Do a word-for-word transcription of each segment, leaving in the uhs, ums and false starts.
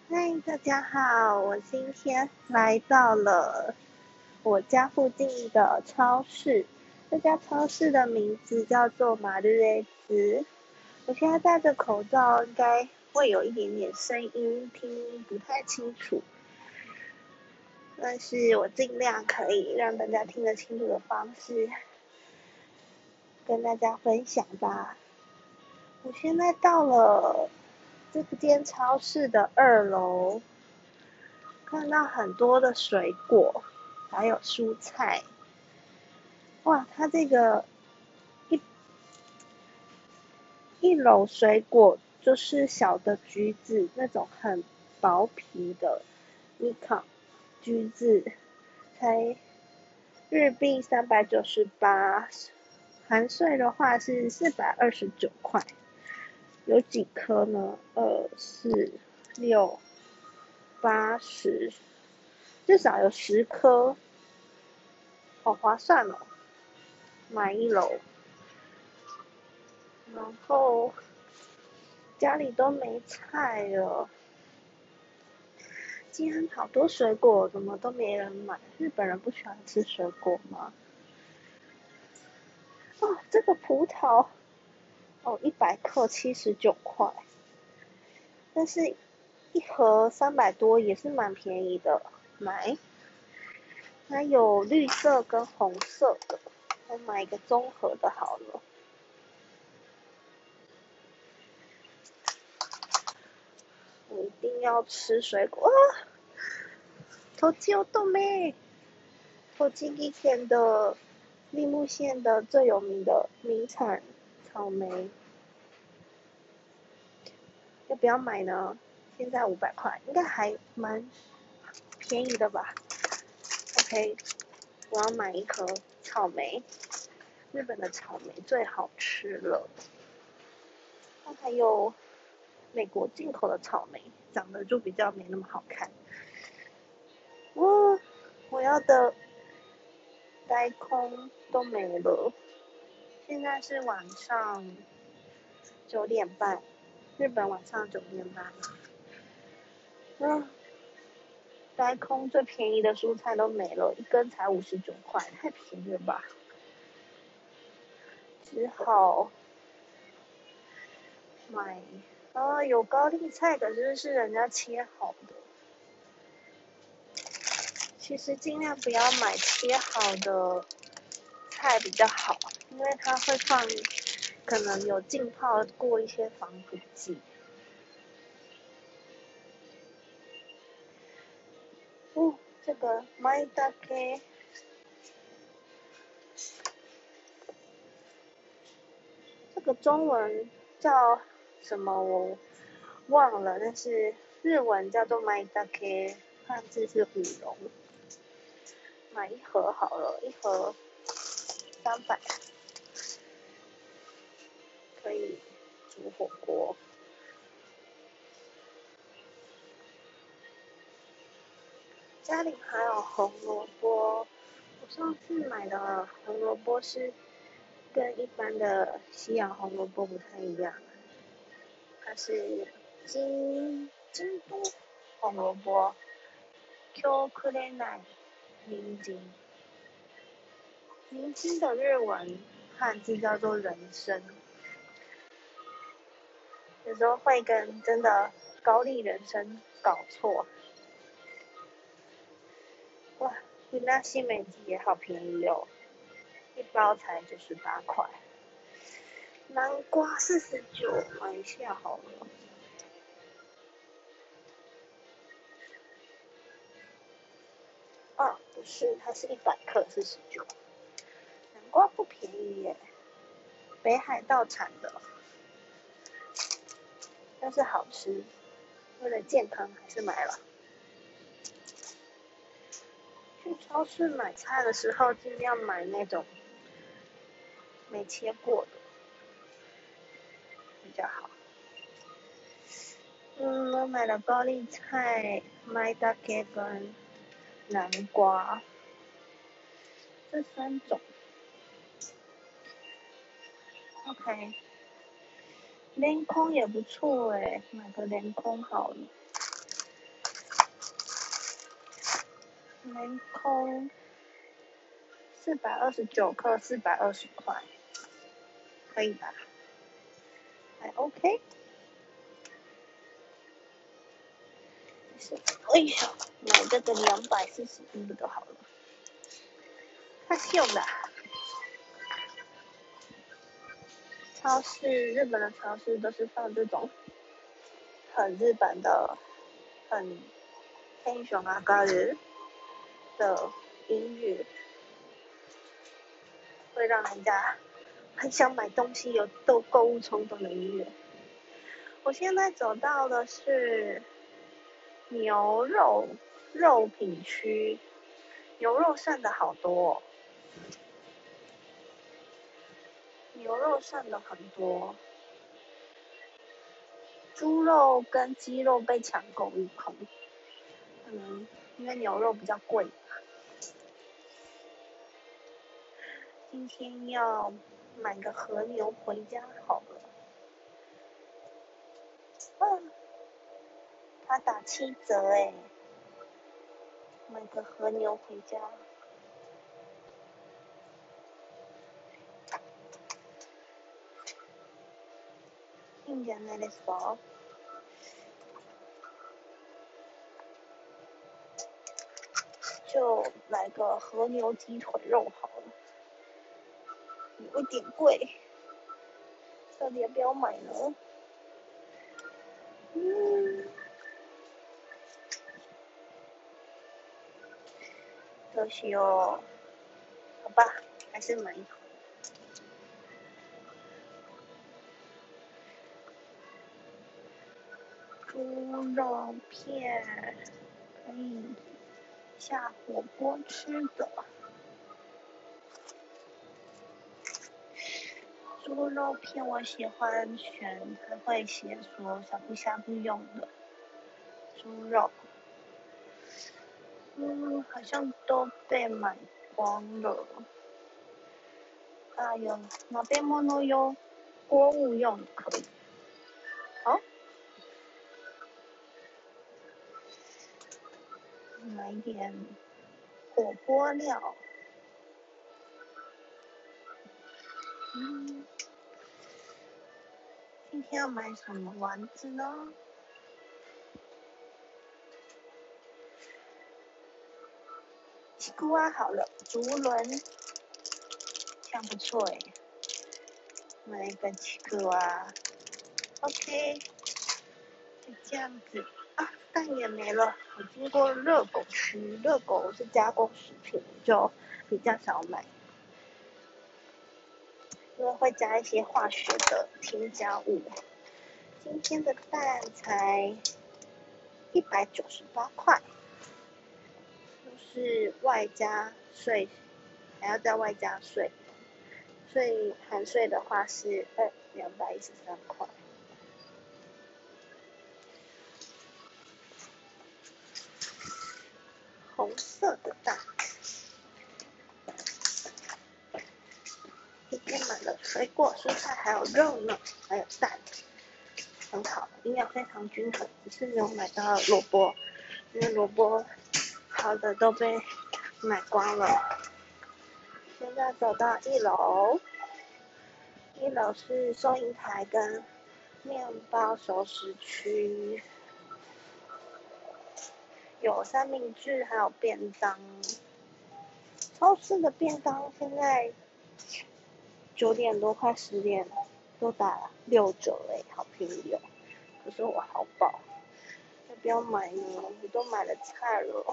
嗨，大家好，我今天来到了我家附近的超市，这家超市的名字叫做马日 A 兹。我现在戴着口罩，应该会有一点点声音听不太清楚，但是我尽量可以让大家听得清楚的方式跟大家分享吧。我现在到了这间超市的二楼，看到很多的水果，还有蔬菜。哇，它这个一一篓水果就是小的橘子，那种很薄皮的蜜卡橘子，才日币三百九十八，含税的话是四百二十九块。有几颗呢？二、四、六、八、十，至少有十颗，好划算哦！买一篓，然后家里都没菜了。今天好多水果，怎么都没人买？日本人不喜欢吃水果吗？哦，这个葡萄，哦，一百克七十九块，但是一盒三百多，也是蛮便宜的，买。还有绿色跟红色的，我买一个综合的好了。我一定要吃水果啊！栃木豆妹，栃木县的立木县的最有名的名产草莓，要不要买呢？现在五百块，应该还蛮便宜的吧 ？OK，我要买一颗草莓，日本的草莓最好吃了。它还有美国进口的草莓，长得就比较没那么好看。哇，我要的呆空都没了。现在是晚上九点半，日本晚上九点半。嗯，呆空最便宜的蔬菜都没了，一根才五十九块，太便宜了吧？只好买。啊，有高丽菜，可是是人家切好的。其实尽量不要买切好的菜比较好，因为它会放，可能有浸泡过一些防腐剂。哦，这个 my d a k 这个中文叫什么我忘了，但是日文叫做 my d a k 汉字是舞龙。买一盒好了，一盒三百，可以煮火锅。家里还有红萝卜，我上次买的红萝卜是跟一般的西洋红萝卜不太一样，它是金京都红萝卜 Q クレナイ人参。人参的日文汉字叫做人参，有时候会跟真的高丽人参搞错。哇，云南西梅子也好便宜哦，一包才九十八块。南瓜四十九，买一下好了。啊，不是，它是一百克四十九。南瓜不便宜耶，北海道产的，但是好吃。为了健康，还是买了。去超市买菜的时候，尽量买那种没切过的比较好。嗯，我买了高丽菜、麦大给跟南瓜这三种。OK，莲空也不错诶，买个莲空好了。 门空四百二十九克，四百二十块，可以吧？还 OK。是，哎呀，买这个两百四十一的好了，太秀了。超市，日本的超市都是放这种很日本的、很天雄啊高日的音乐，会让人家很想买东西、有购购物冲动的音乐。我现在走到的是牛肉肉品区，牛肉剩的好多哦，牛肉剩的很多，猪肉跟鸡肉被抢购一空，可能因为牛肉比较贵。今天要买个和牛回家好了。嗯，他打七折哎，买个和牛回家。いいんじゃないですか？就来个和牛鸡腿肉好了，有一点贵，到底要不要买呢？嗯，可惜哦，好吧，还是买一口。猪肉片可以下火锅吃的。猪肉片我喜欢选，它会写说呷哺呷哺用的猪肉，嗯，好像都被买光了。啊，有鍋物用、锅物用可以。好，买一点火锅料。嗯，今天要买什么丸子呢？奇瓜好了，竹轮，这样不错哎。买一个奇瓜 ，OK，就这样子啊。蛋也没了，我经过热狗区，热狗是加工食品，就比较少买，因为会加一些化学的添加物。今天的蛋才一百九十八块，就是外加税，还要再外加税，所以含税的话是二两百一十三块。红色的蛋。今天买了水果、蔬菜，还有肉呢，还有蛋，很好，营养非常均衡。只是没有买到萝卜，因为萝卜好的都被买光了。现在走到一楼，一楼是收银台跟面包熟食区，有三明治，还有便当。超市的便当现在九点多快十点都打六折嘞，好便宜哦！可是我好饱，要不要买呢？我都买了菜了。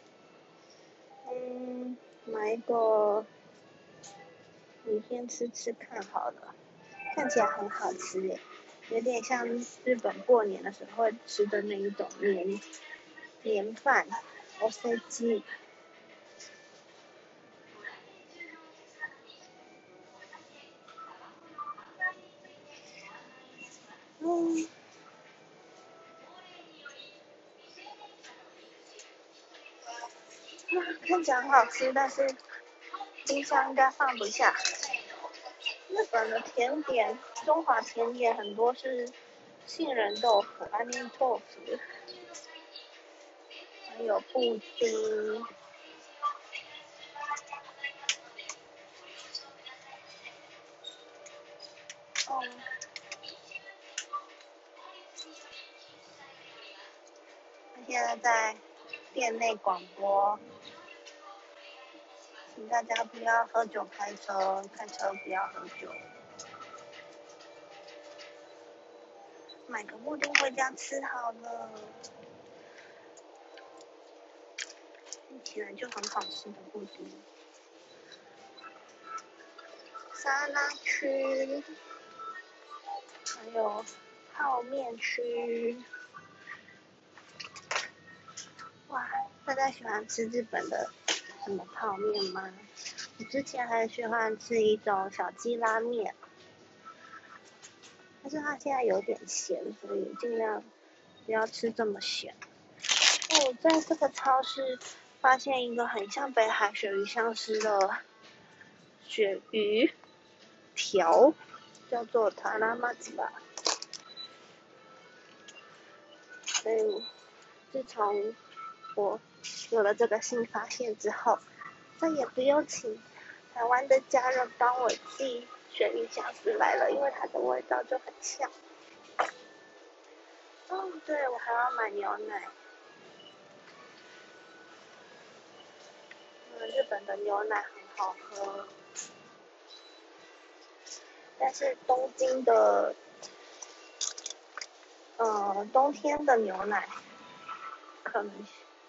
嗯，买一个明天吃吃看好了，看起来很好吃耶，有点像日本过年的时候会吃的那一种年年饭 ，O C G。嗯，看起来很好吃，但是冰箱应该放不下。日本的甜点，中华甜点很多是杏仁豆腐、安妮豆腐，还有布丁。 哦，他现在在店内广播，请大家不要喝酒开车，开车不要喝酒。买个布丁回家吃好了，看起来就很好吃的布丁。沙拉区，还有泡面区。哇，大家喜欢吃日本的什么泡面吗？我之前很喜欢吃一种小鸡拉面，但是它现在有点咸，所以尽量不要吃这么咸。我在这个超市发现一个很像北海鳕鱼香丝的鳕鱼条，叫做塔拉玛吉吧。所以自从我有了这个新发现之后，再也不用请台湾的家人帮我寄鳕鱼香丝来了，因为它的味道就很像。哦，对，我还要买牛奶。嗯，日本的牛奶很好喝，但是东京的，呃，冬天的牛奶可能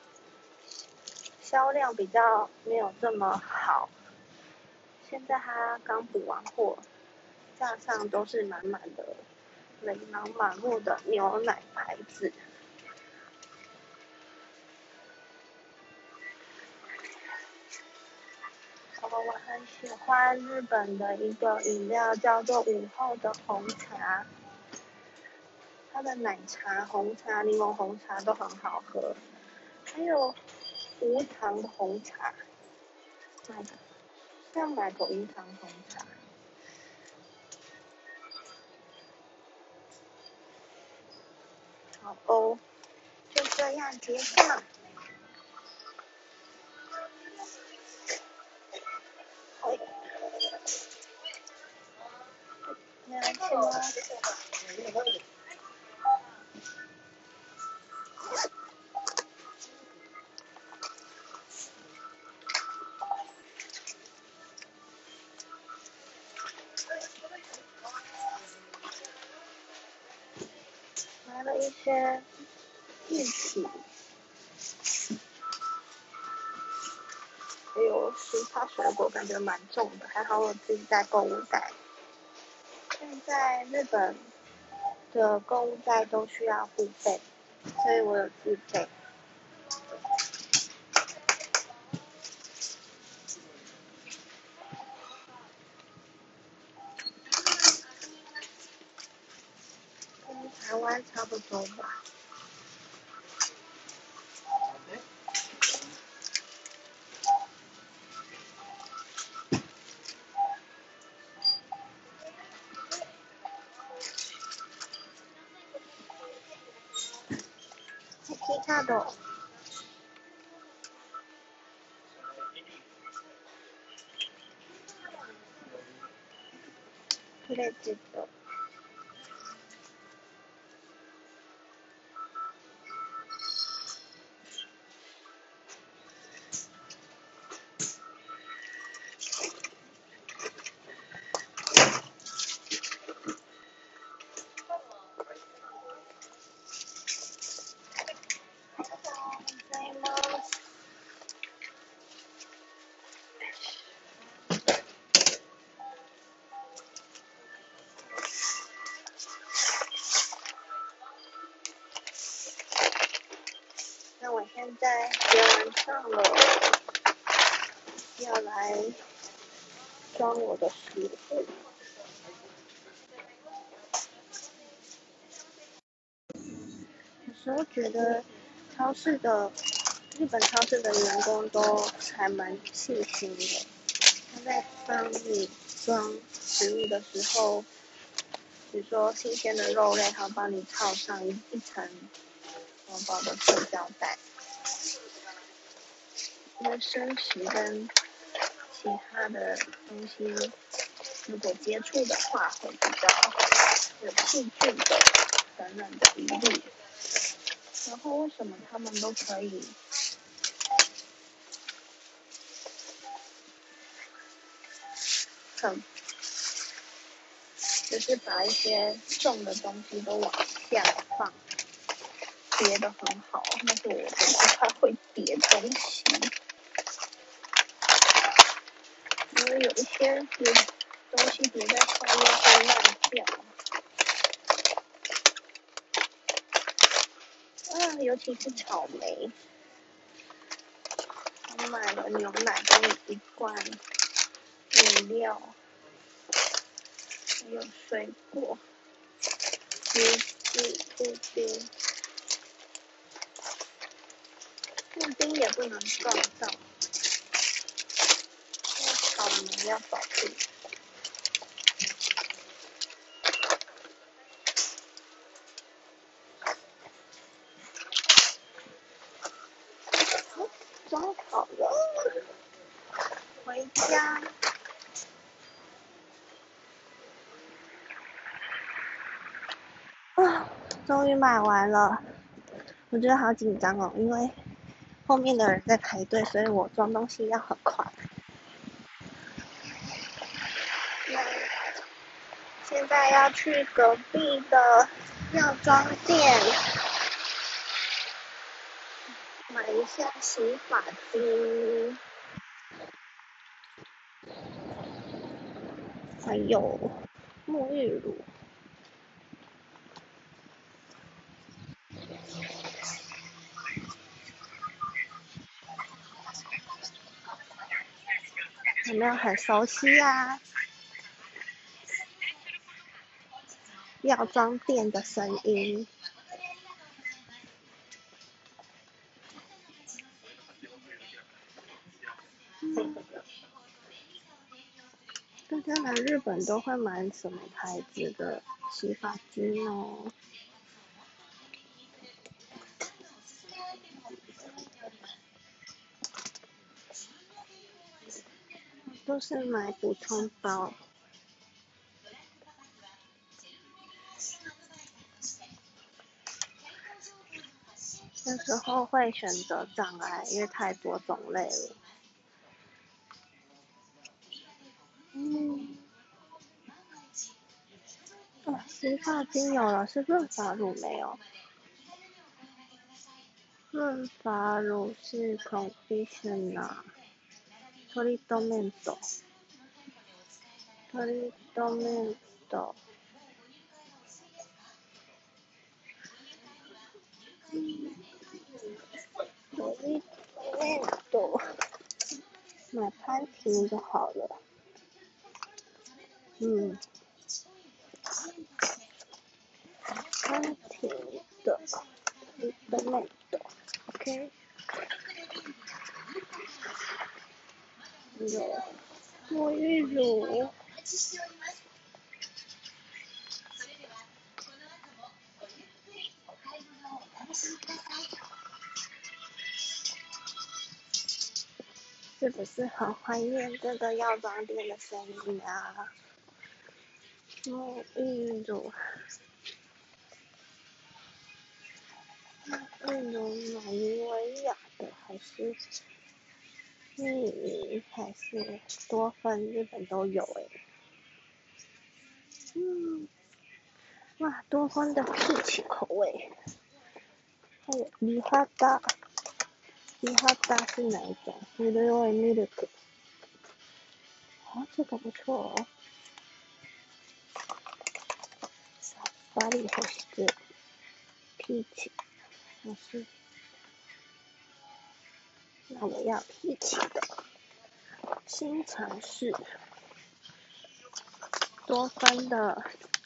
销量比较没有这么好。现在它刚补完货，架上都是满满的琳琅满目的牛奶牌子。哦，我很喜欢日本的一个饮料，叫做午后的红茶。它的奶茶、红茶、柠檬红茶都很好喝，还有无糖的红茶，买的要买个无糖红茶。好哦，就这样结账。はい。お願いします。买了一些玉器，还有其他水果，感觉蛮重的，还好我自己带购物袋。现在日本的购物袋都需要付费，所以我有自费。跟台湾差不多吧。Qカード。クレジット。那我现在结完账了，要来装我的食物。有时候觉得超市的日本超市的员工都还蛮细心的，他在帮你装食物的时候，比如说新鲜的肉类，他帮你套上一一层薄薄的塑胶袋，因为生食跟其他的东西如果接触的话会比较细菌的感染几率。然后为什么他们都可以很，就是把一些重的东西都往下放，叠得很好，但是我就不太会叠东西，因为有一些叠东西叠在上面会烂掉。啊，尤其是草莓。我买了牛奶跟一罐饮料，还有水果，橘子、布丁，布丁也不能撞到，因为草莓要保护。装好了，回家。啊，终于买完了，我觉得好紧张哦，因为后面的人在排队，所以我装东西要很快。那现在要去隔壁的药妆店买一下洗发精，还有沐浴乳。有没有很熟悉啊？药妆店的声音。嗯，大家来日本都会买什么牌子的洗发精哦？都是买补充包。有时候会选择障碍，因为太多种类了。嗯，哦，洗发精有了，是润发乳没有？润发乳是 conditioner， トリートメント，トリートメント。トリートメント，买潘婷就好了。嗯，潘婷的トリートメント ，OK。有沐浴乳。是不是很怀念这个药妆店的声音啊？沐浴乳，沐浴乳买妮维雅的还是蜜妮还是多芬？日本都有诶、欸。嗯，哇，多芬的peach气口味，还有美肌，美肌是哪一种？ミルオイミルク。啊，这个不错哦。さっぱり保湿peach，还是？那我要peach的。新尝试多芬的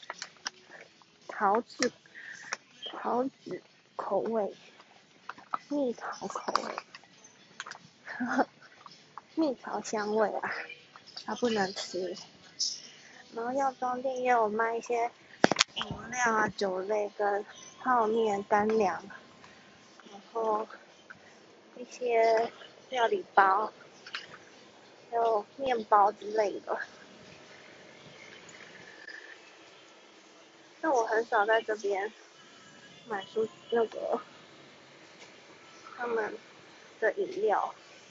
桃子桃子口味，蜜桃口味，呵呵，蜜桃香味啊，它不能吃。然后药妆店也有卖一些饮料啊、酒类跟泡面、干粮，然后一些料理包，还有面包之类的。 但我很少在这边买书那个他们的饮料。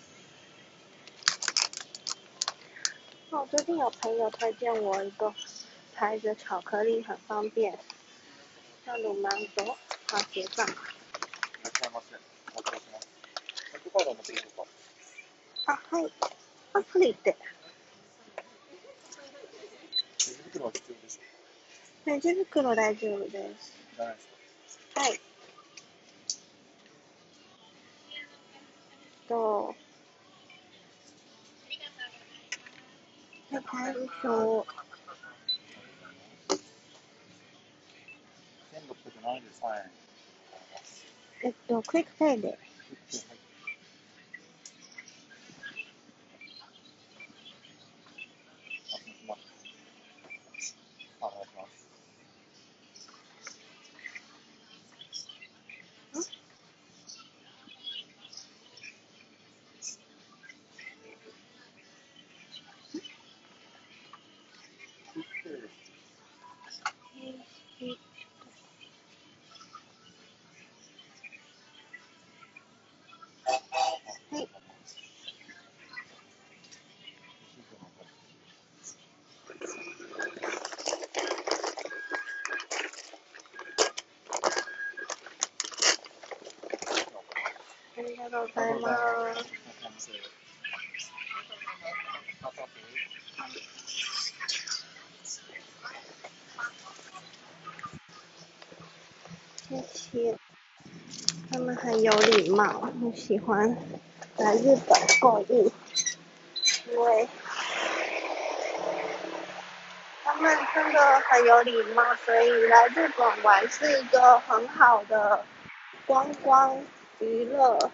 哦，最近有朋友推荐我一个牌子巧克力很方便，叫鲁芒多，好结账。あ、はい。アプリで。レジ袋大丈夫です。はい。と、はい、最初。 せんろっぴゃくななじゅうさんえん。 えっと、クイックペイで。はい。ありがとうございます。谢谢。他们很有礼貌，我喜欢来日本购物，因为他们真的很有礼貌，所以来日本玩是一个很好的观光娱乐。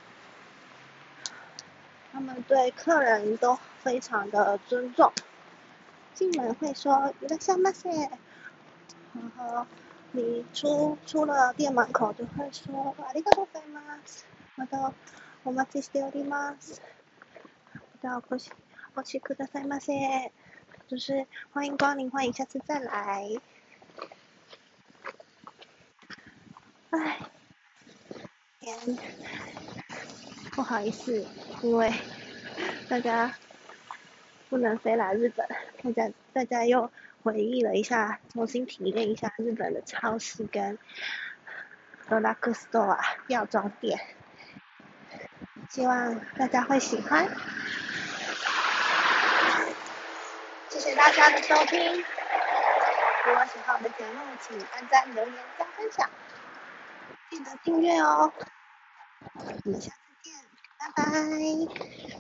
他们对客人都非常的尊重，进门会说いらっしゃいませ，然后你出出了店门口就会说ありがとうございます。またお待ちしております。またお越しお越しくださいませ。就是欢迎光临，欢迎下次再来。唉，天，不好意思，因为大家不能飞来日本，大家大家又回忆了一下，重新体验一下日本的超市跟ドラッグストア药妆店，希望大家会喜欢。谢谢大家的收听，如果喜欢我的节目，请按赞、留言、加分享，记得订阅哦。我们下次见，拜拜。